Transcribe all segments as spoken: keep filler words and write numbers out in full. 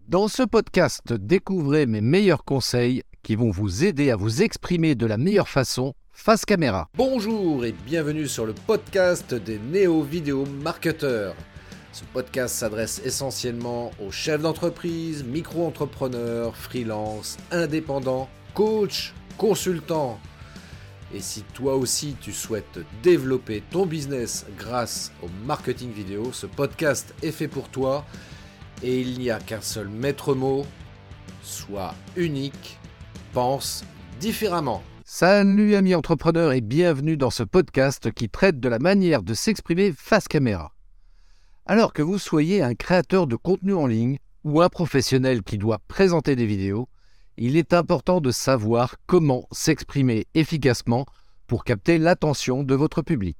Dans ce podcast, découvrez mes meilleurs conseils qui vont vous aider à vous exprimer de la meilleure façon face caméra. Bonjour et bienvenue sur le podcast des néo-vidéo marketeurs. Ce podcast s'adresse essentiellement aux chefs d'entreprise, micro-entrepreneurs, freelance, indépendants, coachs, consultants. Et si toi aussi tu souhaites développer ton business grâce au marketing vidéo, ce podcast est fait pour toi. Et il n'y a qu'un seul maître mot, sois unique, pense différemment. Salut amis entrepreneurs et bienvenue dans ce podcast qui traite de la manière de s'exprimer face caméra. Alors que vous soyez un créateur de contenu en ligne ou un professionnel qui doit présenter des vidéos, il est important de savoir comment s'exprimer efficacement pour capter l'attention de votre public.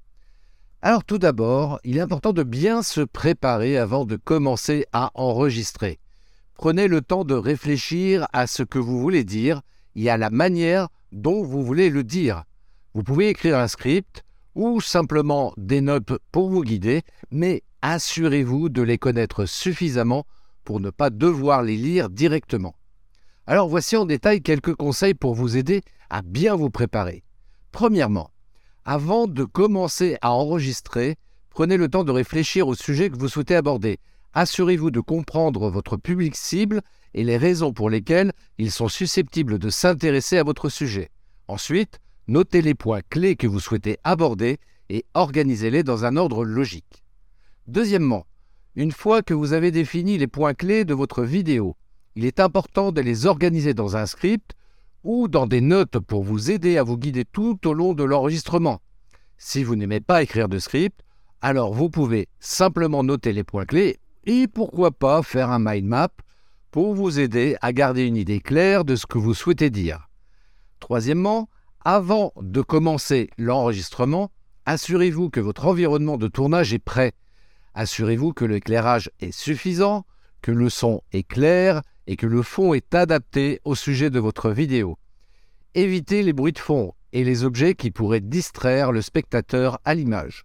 Alors tout d'abord, il est important de bien se préparer avant de commencer à enregistrer. Prenez le temps de réfléchir à ce que vous voulez dire et à la manière dont vous voulez le dire. Vous pouvez écrire un script ou simplement des notes pour vous guider, mais assurez-vous de les connaître suffisamment pour ne pas devoir les lire directement. Alors voici en détail quelques conseils pour vous aider à bien vous préparer. Premièrement, avant de commencer à enregistrer, prenez le temps de réfléchir au sujet que vous souhaitez aborder. Assurez-vous de comprendre votre public cible et les raisons pour lesquelles ils sont susceptibles de s'intéresser à votre sujet. Ensuite, notez les points clés que vous souhaitez aborder et organisez-les dans un ordre logique. Deuxièmement, une fois que vous avez défini les points clés de votre vidéo, il est important de les organiser dans un script ou dans des notes pour vous aider à vous guider tout au long de l'enregistrement. Si vous n'aimez pas écrire de script, alors vous pouvez simplement noter les points clés et pourquoi pas faire un mind map pour vous aider à garder une idée claire de ce que vous souhaitez dire. Troisièmement, avant de commencer l'enregistrement, assurez-vous que votre environnement de tournage est prêt. Assurez-vous que l'éclairage est suffisant, que le son est clair et que le fond est adapté au sujet de votre vidéo. Évitez les bruits de fond et les objets qui pourraient distraire le spectateur à l'image.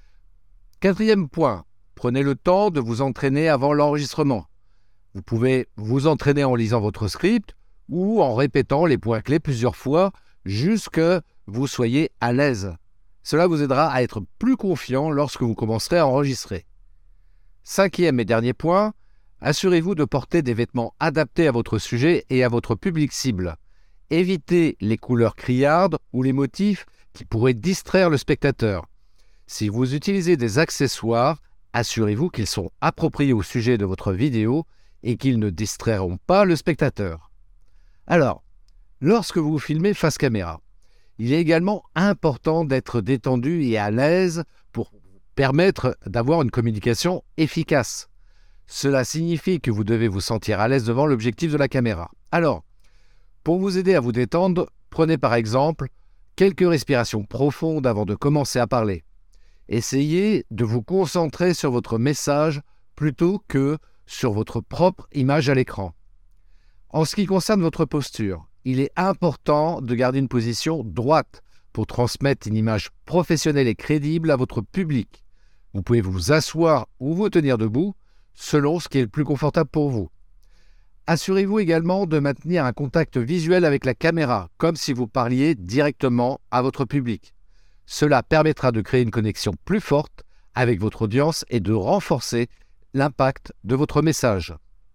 Quatrième point, prenez le temps de vous entraîner avant l'enregistrement. Vous pouvez vous entraîner en lisant votre script ou en répétant les points clés plusieurs fois jusqu'à vous soyez à l'aise. Cela vous aidera à être plus confiant lorsque vous commencerez à enregistrer. Cinquième et dernier point, assurez-vous de porter des vêtements adaptés à votre sujet et à votre public cible. Évitez les couleurs criardes ou les motifs qui pourraient distraire le spectateur. Si vous utilisez des accessoires, assurez-vous qu'ils sont appropriés au sujet de votre vidéo et qu'ils ne distrairont pas le spectateur. Alors, lorsque vous filmez face caméra, il est également important d'être détendu et à l'aise pour permettre d'avoir une communication efficace. Cela signifie que vous devez vous sentir à l'aise devant l'objectif de la caméra. Alors, pour vous aider à vous détendre, prenez par exemple quelques respirations profondes avant de commencer à parler. Essayez de vous concentrer sur votre message plutôt que sur votre propre image à l'écran. En ce qui concerne votre posture, il est important de garder une position droite pour transmettre une image professionnelle et crédible à votre public. Vous pouvez vous asseoir ou vous tenir debout, selon ce qui est le plus confortable pour vous. Assurez-vous également de maintenir un contact visuel avec la caméra, comme si vous parliez directement à votre public. Cela permettra de créer une connexion plus forte avec votre audience et de renforcer l'impact de votre message.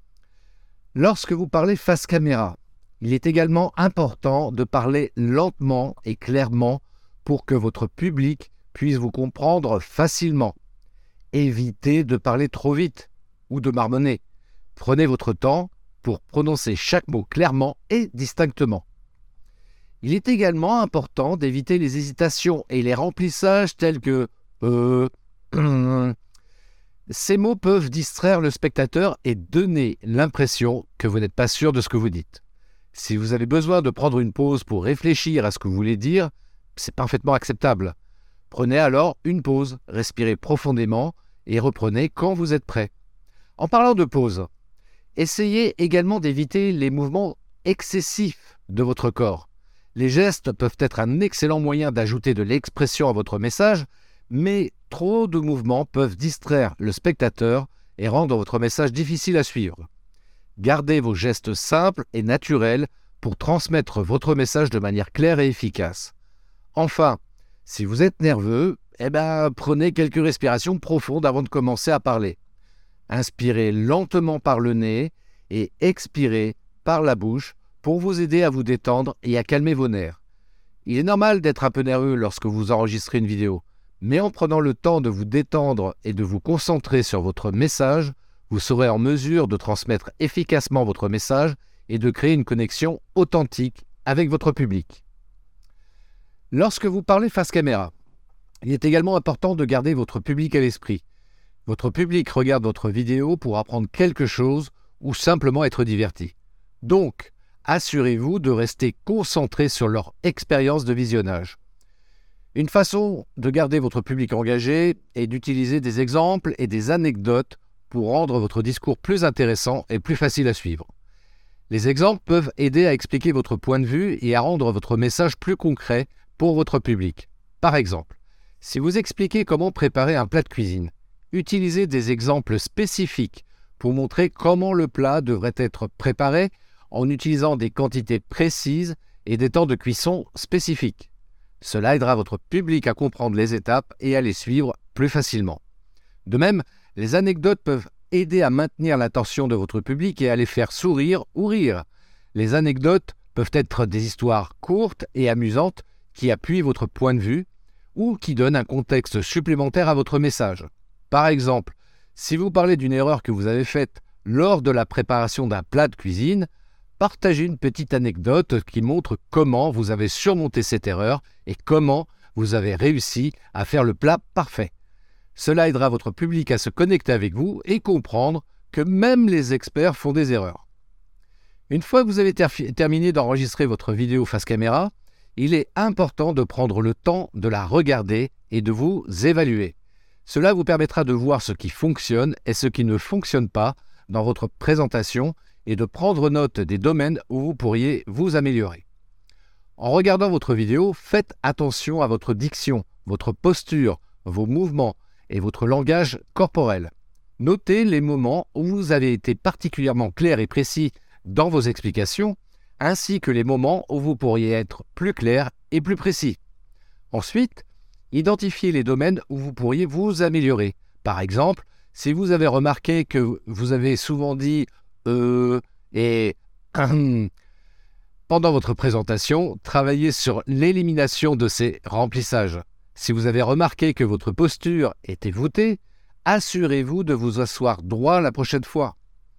Lorsque vous parlez face caméra, il est également important de parler lentement et clairement pour que votre public puisse vous comprendre facilement. Évitez de parler trop vite ou de marmonner. Prenez votre temps pour prononcer chaque mot clairement et distinctement. Il est également important d'éviter les hésitations et les remplissages tels que euh, ces mots peuvent distraire le spectateur et donner l'impression que vous n'êtes pas sûr de ce que vous dites. Si vous avez besoin de prendre une pause pour réfléchir à ce que vous voulez dire, c'est parfaitement acceptable. Prenez alors une pause, respirez profondément et reprenez quand vous êtes prêt. En parlant de pause, essayez également d'éviter les mouvements excessifs de votre corps. Les gestes peuvent être un excellent moyen d'ajouter de l'expression à votre message, mais trop de mouvements peuvent distraire le spectateur et rendre votre message difficile à suivre. Gardez vos gestes simples et naturels pour transmettre votre message de manière claire et efficace. Enfin, si vous êtes nerveux, eh ben, prenez quelques respirations profondes avant de commencer à parler. Inspirez lentement par le nez et expirez par la bouche pour vous aider à vous détendre et à calmer vos nerfs. Il est normal d'être un peu nerveux lorsque vous enregistrez une vidéo, mais en prenant le temps de vous détendre et de vous concentrer sur votre message, vous serez en mesure de transmettre efficacement votre message et de créer une connexion authentique avec votre public. Lorsque vous parlez face caméra, il est également important de garder votre public à l'esprit. Votre public regarde votre vidéo pour apprendre quelque chose ou simplement être diverti. Donc, assurez-vous de rester concentré sur leur expérience de visionnage. Une façon de garder votre public engagé est d'utiliser des exemples et des anecdotes pour rendre votre discours plus intéressant et plus facile à suivre. Les exemples peuvent aider à expliquer votre point de vue et à rendre votre message plus concret pour votre public. Par exemple, si vous expliquez comment préparer un plat de cuisine, utilisez des exemples spécifiques pour montrer comment le plat devrait être préparé en utilisant des quantités précises et des temps de cuisson spécifiques. Cela aidera votre public à comprendre les étapes et à les suivre plus facilement. De même, les anecdotes peuvent aider à maintenir l'attention de votre public et à les faire sourire ou rire. Les anecdotes peuvent être des histoires courtes et amusantes qui appuient votre point de vue ou qui donnent un contexte supplémentaire à votre message. Par exemple, si vous parlez d'une erreur que vous avez faite lors de la préparation d'un plat de cuisine, partagez une petite anecdote qui montre comment vous avez surmonté cette erreur et comment vous avez réussi à faire le plat parfait. Cela aidera votre public à se connecter avec vous et comprendre que même les experts font des erreurs. Une fois que vous avez ter- terminé d'enregistrer votre vidéo face caméra, il est important de prendre le temps de la regarder et de vous évaluer. Cela vous permettra de voir ce qui fonctionne et ce qui ne fonctionne pas dans votre présentation et de prendre note des domaines où vous pourriez vous améliorer. En regardant votre vidéo, faites attention à votre diction, votre posture, vos mouvements et votre langage corporel. Notez les moments où vous avez été particulièrement clair et précis dans vos explications, ainsi que les moments où vous pourriez être plus clair et plus précis. Ensuite, identifiez les domaines où vous pourriez vous améliorer. Par exemple, si vous avez remarqué que vous avez souvent dit « euh » et « hum » pendant votre présentation, travaillez sur l'élimination de ces remplissages. Si vous avez remarqué que votre posture était voûtée, assurez-vous de vous asseoir droit la prochaine fois.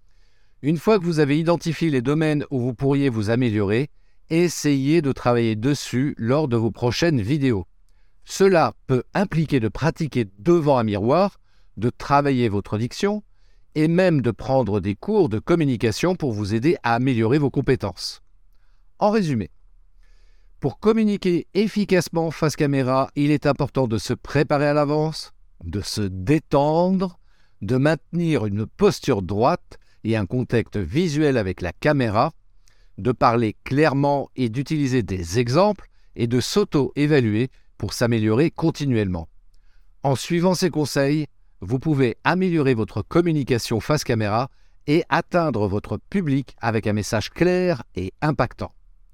Une fois que vous avez identifié les domaines où vous pourriez vous améliorer, essayez de travailler dessus lors de vos prochaines vidéos. Cela peut impliquer de pratiquer devant un miroir, de travailler votre diction et même de prendre des cours de communication pour vous aider à améliorer vos compétences. En résumé, pour communiquer efficacement face caméra, il est important de se préparer à l'avance, de se détendre, de maintenir une posture droite et un contact visuel avec la caméra, de parler clairement et d'utiliser des exemples et de s'auto-évaluer pour s'améliorer continuellement. En suivant ces conseils, vous pouvez améliorer votre communication face caméra et atteindre votre public avec un message clair et impactant.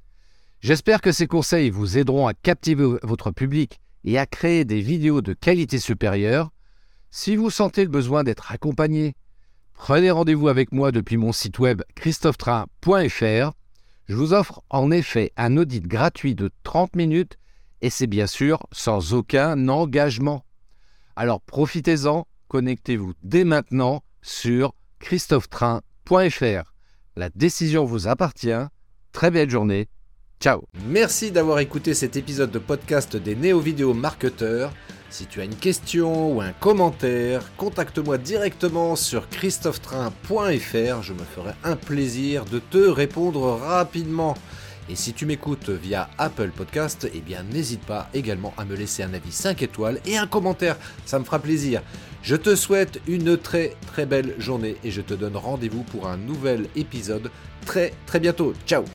J'espère que ces conseils vous aideront à captiver votre public et à créer des vidéos de qualité supérieure. Si vous sentez le besoin d'être accompagné, prenez rendez-vous avec moi depuis mon site web christophe train point f r. Je vous offre en effet un audit gratuit de trente minutes et c'est bien sûr sans aucun engagement. Alors profitez-en, connectez-vous dès maintenant sur christophe train point f r. La décision vous appartient. Très belle journée. Ciao. Merci d'avoir écouté cet épisode de podcast des Néo-Vidéo Marketeurs. Si tu as une question ou un commentaire, contacte-moi directement sur christophe train point f r. Je me ferai un plaisir de te répondre rapidement. Et si tu m'écoutes via Apple Podcast, eh bien n'hésite pas également à me laisser un avis cinq étoiles et un commentaire, ça me fera plaisir. Je te souhaite une très très belle journée et je te donne rendez-vous pour un nouvel épisode très très bientôt. Ciao.